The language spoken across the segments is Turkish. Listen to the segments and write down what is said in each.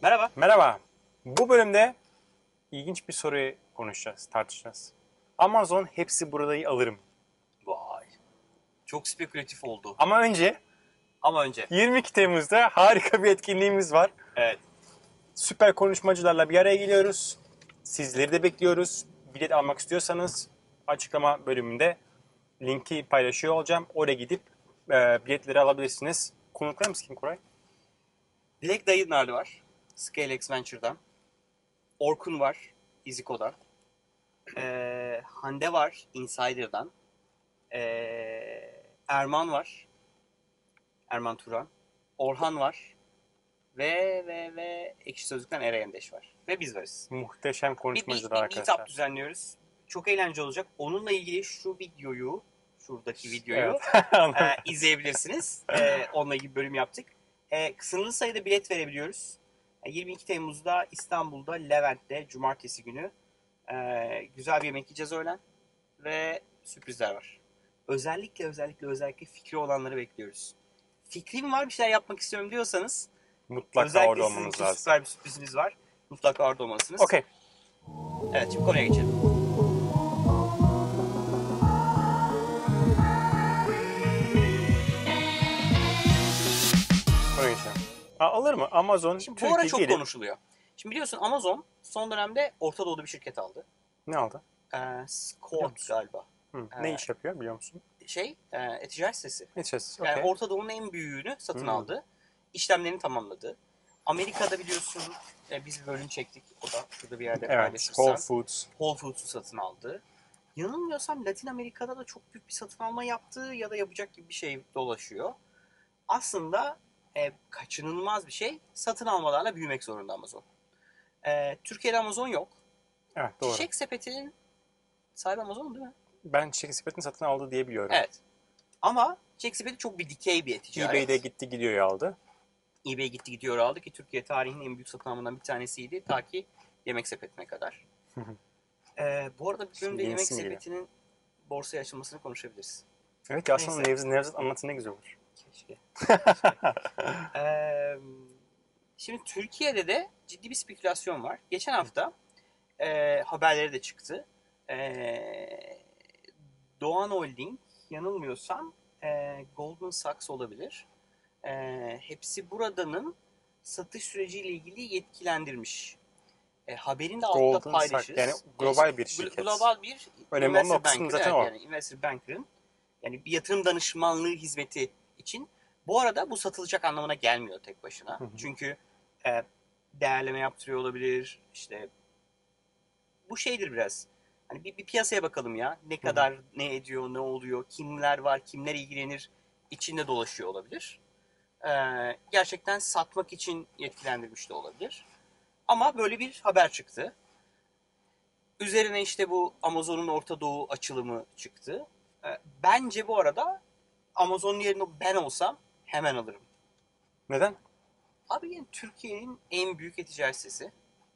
Merhaba. Merhaba. Bu bölümde ilginç bir soruyu konuşacağız, tartışacağız. Amazon hepsi buradayı alırım. Vay. Çok spekülatif oldu. Ama önce Ama önce. 22 Temmuz'da harika bir etkinliğimiz var. Evet. Süper konuşmacılarla bir araya geliyoruz. Sizleri de bekliyoruz. Bilet almak istiyorsanız açıklama bölümünde linki paylaşıyor olacağım. Oraya gidip biletleri alabilirsiniz. Konuklarımız kim Koray? Dilek Dayınarlı var. ScaleX Venture'dan. Orkun var. Iziko'dan. Hande var. Insider'dan. Erman var. Erman Turan. Orhan var. Ve Ekşi Sözlük'ten Eray Endeş var. Ve biz varız. Muhteşem Bir konuşmacılar meetup arkadaşlar. düzenliyoruz. Çok eğlenceli olacak. Onunla ilgili şuradaki videoyu Evet. izleyebilirsiniz. Onunla ilgili bir bölüm yaptık. Sınırlı sayıda bilet verebiliyoruz. 22 Temmuz'da İstanbul'da Levent'te Cumartesi günü güzel bir yemek yiyeceğiz öğlen. Ve sürprizler var. Özellikle fikri olanları bekliyoruz. Fikrim var, bir şeyler yapmak istiyorum diyorsanız Mutlaka özellikle orada sizin olmanız için lazım. süper bir sürprizimiz var. Mutlaka orada olmalısınız. Okey. Evet, şimdi konuya geçelim. Konuya geçelim. Alır mı? Amazon Şimdi bu ara Türkiye çok gelip konuşuluyor. Şimdi biliyorsun Amazon son dönemde Orta Doğu'da bir şirket aldı. ne aldı? Scott galiba. Ne iş yapıyor biliyor musun? E-ticaret sitesi. Geçeceğiz. Yani Okey. Orta Doğu'nun en büyüğünü satın Hmm. aldı. İşlemlerini tamamladı. Amerika'da biliyorsun biz bir bölüm çektik. O da şurada bir yerde Evet. paylaşırsan. Whole Foods. Whole Foods'u satın aldı. Yanılmıyorsam Latin Amerika'da da çok büyük bir satın alma yaptı ya da yapacak gibi bir şey dolaşıyor. Aslında kaçınılmaz bir şey. Satın almalarla büyümek zorunda Amazon. Türkiye'de Amazon yok. Evet doğru. Çiçek Sepeti'nin sahibi Amazon değil mi? Ben Çiçek Sepeti'ni satın aldı diye biliyorum. Evet. Ama Çiçek Sepeti çok bir dikey bir ticaret. eBay'de gitti gidiyor aldı. eBay gitti gidiyor aldı ki Türkiye tarihinin en büyük satın almalarından bir tanesiydi. Ta ki Yemek Sepeti'ne kadar. Bu arada bir bölümde Şimdi Yemek yenisi mi geliyor? Sepeti'nin borsaya açılmasını konuşabiliriz. Evet ya aslında Neyse. Nevzat anlatsa ne güzel olur. Keşke. Şimdi Türkiye'de de ciddi bir spekülasyon var. Geçen hafta haberleri de çıktı. Doğan Holding yanılmıyorsam Goldman Sachs olabilir. Hepsi buradanın satış süreciyle ilgili yetkilendirmiş. Haberin de altta Golden paylaşırız. Sachs, yani global bir şirket. Global bir Önemli olan investment o kısım banker, zaten evet, o. yani investment banker'ın yani bir yatırım danışmanlığı hizmeti için. Bu arada bu satılacak anlamına gelmiyor tek başına. Çünkü değerleme yaptırıyor olabilir. İşte bu şeydir biraz. Hani bir piyasaya bakalım ya. Ne kadar, ne ediyor, ne oluyor, kimler var, kimler ilgilenir içinde dolaşıyor olabilir. Gerçekten satmak için yetkilendirmiş de olabilir. Ama böyle bir haber çıktı. Üzerine işte bu Amazon'un Orta Doğu açılımı çıktı. Bence bu arada Amazon'un yerine ben olsam hemen alırım. Neden? Abi yani Türkiye'nin en büyük e-ticaret sitesi.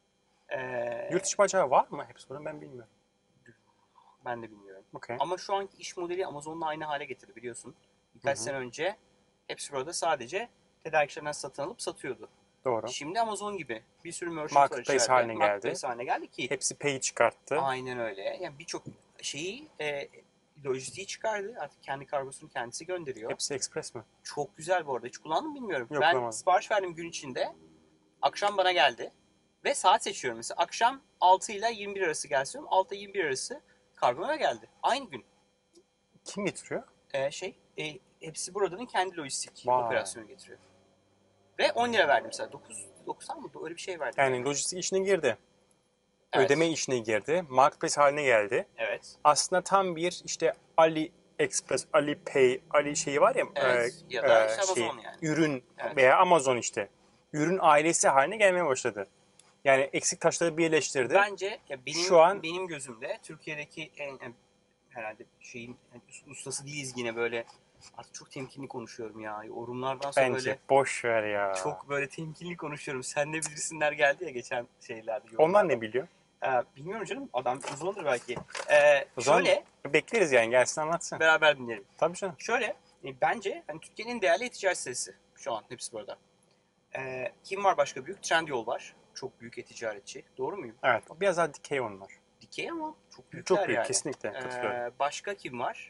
Yurt dışı bacağı var mı? Hepsi bunun ben bilmiyorum. Ben de bilmiyorum. Okey. Ama şu anki iş modeli Amazon'la aynı hale getirdi biliyorsun. Birkaç sene önce hepsi burada sadece tedarikçilerden satın alıp satıyordu. Doğru. Şimdi Amazon gibi bir sürü merchant var Marketplace içeride. haline geldi. Marketplace haline geldi ki. Hepsi pay'i çıkarttı. Aynen öyle. Yani birçok şeyi lojistiği çıkardı. Artık kendi kargosunu kendisi gönderiyor. Hepsi express mi? Çok güzel bu arada. Hiç kullandım bilmiyorum. Yok, Ben kullanmadım. sipariş verdiğim gün içinde akşam bana geldi. Ve saat seçiyorum mesela. Akşam 6 ile 21 arası gelsin. 6 ile 21 arası kargoma geldi. Aynı gün. Kim getiriyor? Hepsi buradanın kendi lojistik Vay. operasyonu getiriyor. Ve 10 lira verdim mesela. 90 mı? Öyle bir şey verdim. Yani lojistik işine girdi. Evet. Ödeme işine girdi. Marketplace haline geldi. Evet. Aslında tam bir işte AliExpress, Alipay, Ali şeyi var ya. Evet. Ya da işte Amazon yani. Ürün Evet. veya Amazon işte. Ürün ailesi haline gelmeye başladı. Yani eksik taşları birleştirdi. Bence ya benim gözümde Türkiye'deki en herhalde şeyin ustası değiliz yine böyle. Artık çok temkinli konuşuyorum ya. Yorumlardan sonra Bence böyle boş ver ya. çok böyle temkinli konuşuyorum. Sen de bilirsinler geldi ya geçen şeylerde. Onlar ne biliyor? Bilmiyorum canım. Adam uzmandır belki. O zaman Şöyle bekleriz yani gelsin anlatsın. beraber dinleyelim. Tabii canım. Şöyle bence hani Türkiye'nin değerli e-ticaret sitesi şu an hepsi burada. Kim var başka büyük? Trendyol var. Çok büyük e-ticaretçi. Doğru muyum? Evet. Biraz daha dikey onlar. Dikey ama çok büyükler Çok büyük. yani. Kesinlikle katılıyorum. Başka kim var?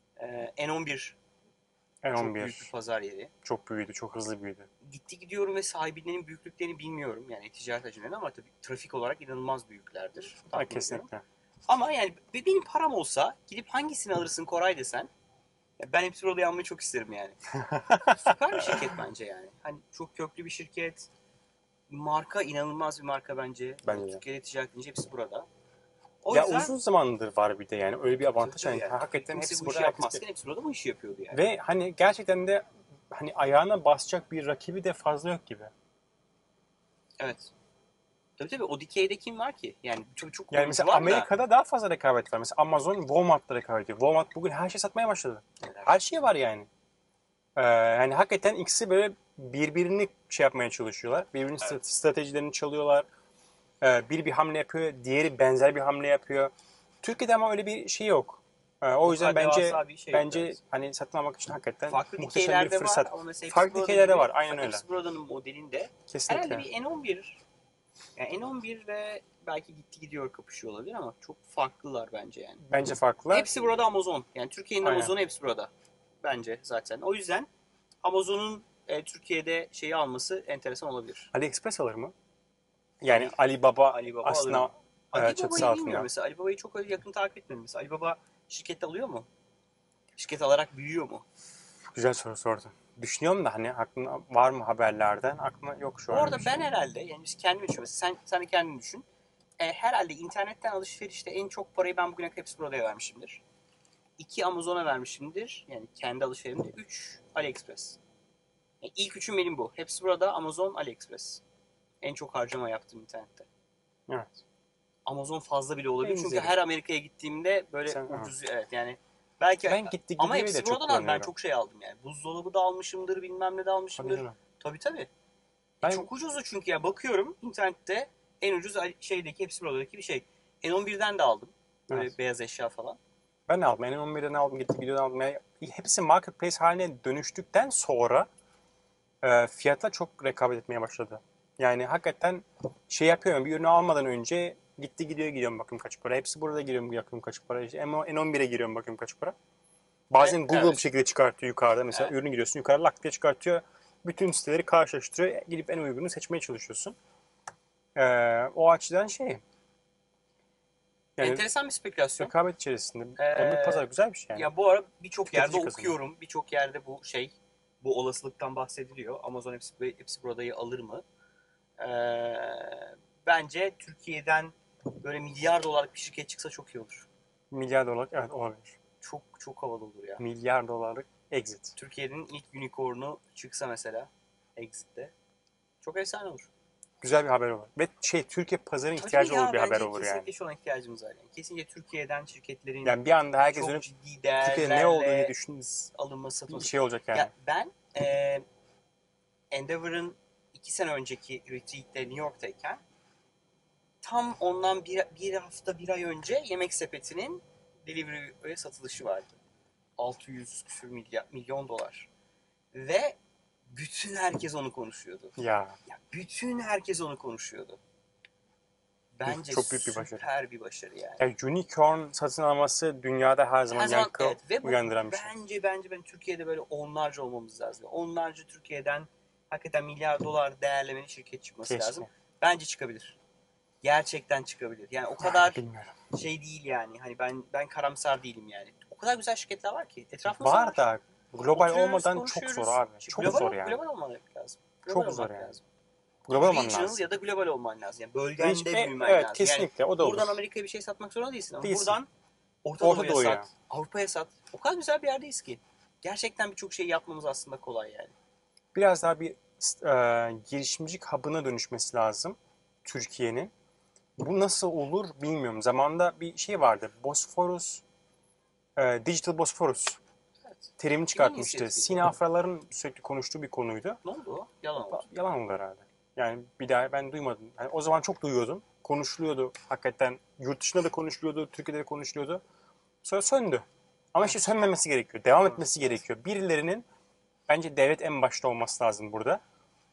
N11 çok büyük bir N11 pazar yeri. çok büyüdü. Çok hızlı büyüdü. Gitti gidiyorum ve sahibinin büyüklüklerini bilmiyorum. Yani ticaret hacimlerini ama tabii trafik olarak inanılmaz büyüklerdir. Ha, Tahmin ediyorum. kesinlikle. Ama yani benim param olsa gidip hangisini alırsın Koray desen ben hepsi Roda'yı almayı çok isterim yani. Süper bir şirket bence yani. Hani çok köklü bir şirket. Marka inanılmaz bir marka bence. Bence de. Türkiye'de ticaret deyince hepsi burada. O Ya yüzden uzun zamandır var bir de yani. Öyle bir avantaj. tabii Yani. yani. Hakikaten Kimse hepsi bu işi burada. yapmazken hepsi burada bu işi yapıyordu yani. Ve hani gerçekten de hani ayağına basacak bir rakibi de fazla yok gibi. Evet. Tabii o dikeyde kim var ki? Yani çok Yani oyuncu mesela var da. Amerika'da daha fazla rekabet var. Mesela Amazon Walmart'ta rekabet ediyor. Walmart bugün her şey satmaya başladı. Her şey var yani. Yani hakikaten ikisi böyle birbirini şey yapmaya çalışıyorlar. Birbirinin stratejilerini çalıyorlar. Biri bir hamle yapıyor, diğeri benzer bir hamle yapıyor. Türkiye'de ama öyle bir şey yok. O yüzden kadar bence devasa bir şey yok, evet. hani satın almak için hakikaten Farklı muhteşem bir dikeylerde var fırsat. ama mesela Farklı Hepsi Burada dikeylerde gibi, var. Aynen bak öyle. Hepsi Burada'nın modelinde herhalde Kesinlikle. bir N11 yani N11 ve belki gitti gidiyor kapışıyor olabilir ama çok farklılar bence yani. Bence farklılar. Hepsi burada Amazon. Yani Türkiye'nin Aynen. Amazon'u hepsi burada. Bence zaten. O yüzden Amazon'un Türkiye'de şeyi alması enteresan olabilir. AliExpress alır mı? Yani Alibaba Alibaba alır aslında mı? Alibaba'yı çatısı bilmiyorum altında. mesela. Alibaba'yı çok öyle yakın takip etmiyorum mesela. Alibaba şirket alıyor mu? Şirket alarak büyüyor mu? Güzel soru sordun. Düşünüyorum da hani aklına var mı haberlerden? Aklıma yok şu Bu an arada bir ben şey. herhalde yani biz kendimi düşün. Sen de kendini düşün. Herhalde internetten alışverişte en çok parayı ben bugüne kadar hepsi Burada'ya vermişimdir. 2 Amazon'a vermişimdir. Yani kendi alışverişimde. 3 AliExpress. Yani ilk üçüm benim bu. Hepsi burada Amazon, AliExpress. En çok harcama yaptım internette. Evet. Amazon fazla bile olabilir. Çünkü Benzerim. her Amerika'ya gittiğimde böyle Sen, ucuz evet yani belki ben gitti ama gidiyor da hepsi çok buradan aldım. Ben kullanıyorum. çok şey aldım yani. Buzdolabı da almışımdır, bilmem ne de Hadi almışımdır. canım. Tabii. Ben Çok ucuzdu çünkü ya bakıyorum internette en ucuz şeydeki hepsi buradaki bir şey. N11'den de aldım. Böyle evet. beyaz eşya falan. Ben de aldım. N11'den aldım. Gitti gidiyordan aldım. Yani hepsi marketplace haline dönüştükten sonra fiyata çok rekabet etmeye başladı. Yani hakikaten şey yapıyorum. Bir ürünü almadan önce gitti gidiyor giriyorum bakayım kaç para. Hepsi burada giriyorum bakayım kaç para. İşte N11'e giriyorum bakayım kaç para. Bazen Google bir Evet. şekilde çıkartıyor yukarıda. Mesela Evet. ürünü giriyorsun yukarı lak diye çıkartıyor. Bütün siteleri karşılaştırıyor. Gidip en uygununu seçmeye çalışıyorsun. O açıdan şey. Yani Enteresan bir spekülasyon. rekabet içerisinde. Dönme pazar Ee, güzel bir şey yani. Ya bu ara birçok yerde Tüketici kazanıyor. okuyorum. Birçok yerde bu olasılıktan bahsediliyor. Amazon hepsi buradayı alır mı? Ee, Bence Türkiye'den böyle milyar dolarlık bir şirket çıksa çok iyi olur. Milyar dolarlık evet olabilir. Çok havalı olur ya. Milyar dolarlık exit. Türkiye'nin ilk unicorn'u çıksa mesela Exit'te çok efsane olur. Güzel bir haber olur. Ve şey Türkiye pazarına Tabii ihtiyacı ya olan bir haber bence olur yani. kesinlikle şu an ihtiyacımız var. Yani. Kesinlikle Türkiye'den şirketlerin Yani bir anda herkes çok dönüp ciddi Türkiye'de ne olduğunu değerlerle düşünürüz. alınması Bir satılması. şey olacak yani. Ya ben Endeavor'ın 2 sene önceki retreat'te New York'tayken tam ondan bir hafta bir ay önce Yemek Sepeti'nin delivery ve satılışı vardı. 600 küsür milyon dolar. Ve bütün herkes onu konuşuyordu. Ya Ya bütün herkes onu konuşuyordu. Bence çok büyük bir başarı. süper bir başarı yani. Yani unicorn satın alması dünyada her zaman Her zaman yankı evet ve bu uyandıran bir şey. bence ben Türkiye'de böyle onlarca olmamız lazım. Onlarca Türkiye'den hakikaten milyar dolar değerlemeli şirket çıkması Keşke. lazım. Bence çıkabilir. Gerçekten çıkabilir. Yani o kadar Bilmiyorum. şey değil yani. Hani ben karamsar değilim yani. O kadar güzel şirketler var ki. Etrafımızda Var da global Oturuyoruz, olmadan çok konuşuyoruz. zor abi. İşte Çok zor yani. Global olmak lazım. Çok Global zor olmak yani. lazım. Global olman Regional lazım. ya da global olman lazım. Yani bölgende büyümen Evet lazım. kesinlikle Yani o da olur. buradan Amerika'ya bir şey satmak zorunda değilsin. Ama Değilsin. buradan Orta Orta Doğu'ya Doğu'ya. sat, Avrupa'ya sat. O kadar güzel bir yerdeyiz ki. Gerçekten birçok şeyi yapmamız aslında kolay yani. Biraz daha bir girişimcilik hub'ına dönüşmesi lazım Türkiye'nin. Bu nasıl olur bilmiyorum. Zamanında bir şey vardı. Bosphorus, Digital Bosphorus Evet. terimini Kimin çıkartmıştı. inisiyatifiydi? Sinafraların sürekli konuştuğu bir konuydu. Ne oldu o? Yalan oldu. Yalan oldu herhalde. Yani bir daha ben duymadım. Yani o zaman çok duyuyordum. Konuşuluyordu hakikaten. Yurt dışında da konuşuluyordu, Türkiye'de de konuşuluyordu. Sonra söndü. Ama işte sönmemesi gerekiyor. Devam etmesi gerekiyor. Birilerinin bence devlet en başta olması lazım burada.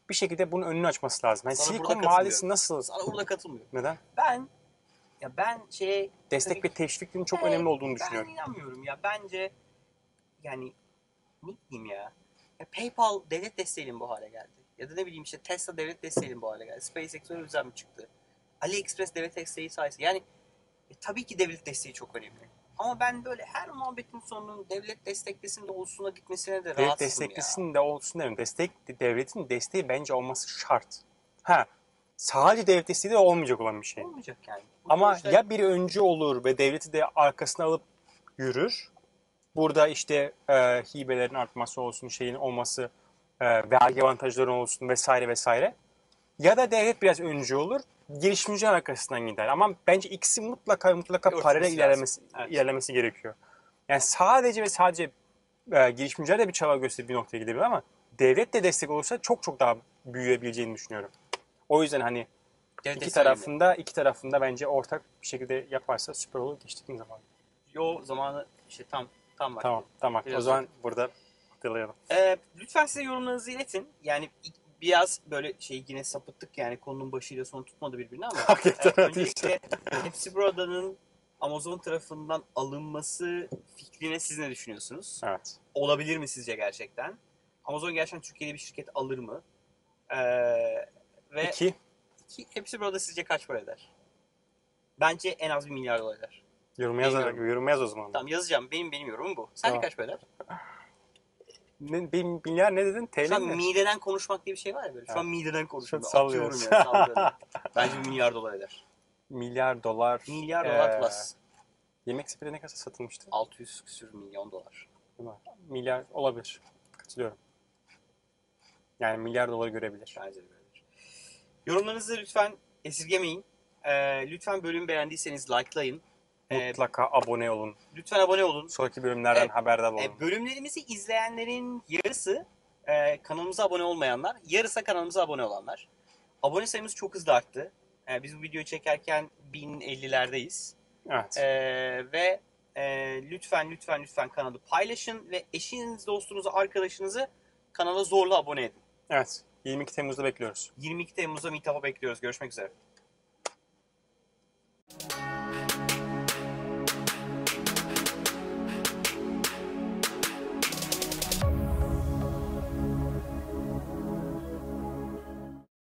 bir şekilde bunun önünü açması lazım. Yani Sana burada Silikon katılmıyorum. Vadisi nasıl? Sana burada katılmıyorum. Neden? Ben şeye Destek tabii ve teşvikinin çok Evet, önemli olduğunu düşünüyorum. Ben inanmıyorum ya. Bence yani ne diyeyim ya? PayPal devlet desteğiyle mi bu hale geldi? Ya da ne bileyim işte Tesla devlet desteğiyle mi bu hale geldi? SpaceX öyle yüzden mi çıktı? AliExpress devlet desteği sayesinde. Yani tabii ki devlet desteği çok önemli. Ama ben böyle her muhabbetin sonunun devlet desteklisinde olsuna gitmesine de Devlet rahatsızım ya. desteklisinin de olsun derim. Devletin desteği bence olması şart. Ha, sadece devlet desteği de olmayacak olan bir şey. Olmayacak yani. Ama Sonuçta ya biri öncü olur ve devleti de arkasına alıp yürür. Burada işte hibelerin artması olsun, şeyin olması, vergi avantajları olsun vesaire vesaire. Ya da devlet biraz öncü olur, girişimciler arkasından gider. Ama bence ikisi mutlaka Örtmesi paralel lazım. Evet. ilerlemesi gerekiyor. Yani sadece ve sadece girişimciler de bir çaba gösterip bir noktaya gidebilir ama devlet de destek olursa çok çok daha büyüyebileceğini düşünüyorum. O yüzden hani devlet iki desteği önemli. tarafında bence ortak bir şekilde yaparsa süper olur geçtiğimiz zaman. Yo zamanı işte tam vakti. Tamam. O Biraz zaman burada hatırlayalım. Lütfen size yorumlarınızı iletin. Yani biraz böyle yine sapıttık yani konunun başıyla sonu tutmadı birbirine ama Hakikaten öncelikle Hepsi Burada'nın Amazon tarafından alınması fikrine siz ne düşünüyorsunuz? Evet. Olabilir mi sizce gerçekten? Amazon gerçekten Türkiye'de bir şirket alır mı? Ve İki. Hepsi Burada sizce kaç para eder? Bence en az 1 milyar dolar eder. Yorum yaz o zaman. Tamam yazacağım. Benim yorumum bu. Sence Tamam. kaç para eder? Bir milyar ne dedin? TL Şu an mi? mideden konuşmak diye bir şey var ya böyle. Şu Evet. an mideden konuşuyorum. Şu an sallıyoruz. Atıyorum ya sallıyorum. Bence 1 milyar dolar eder. Milyar dolar. Milyar dolar plus. Yemek sepeti ne kadar satılmıştı? 600 küsür milyon dolar. Değil mi? Milyar olabilir. Katılıyorum. Yani milyar doları görebilir. Bence de böyledir. Yorumlarınızı lütfen esirgemeyin. Lütfen bölümü beğendiyseniz likelayın. Mutlaka abone olun. Lütfen abone olun. Sonraki bölümlerden haberdar olun. Bölümlerimizi izleyenlerin yarısı kanalımıza abone olmayanlar, yarısı kanalımıza abone olanlar. Abone sayımız çok hızlı arttı. Biz bu videoyu çekerken 1050'lerdeyiz. Evet. Ve lütfen kanalı paylaşın ve eşiniz, dostunuzu, arkadaşınızı kanala zorla abone edin. Evet. 22 Temmuz'da bekliyoruz. 22 Temmuz'da Meetup'a bekliyoruz. Görüşmek üzere.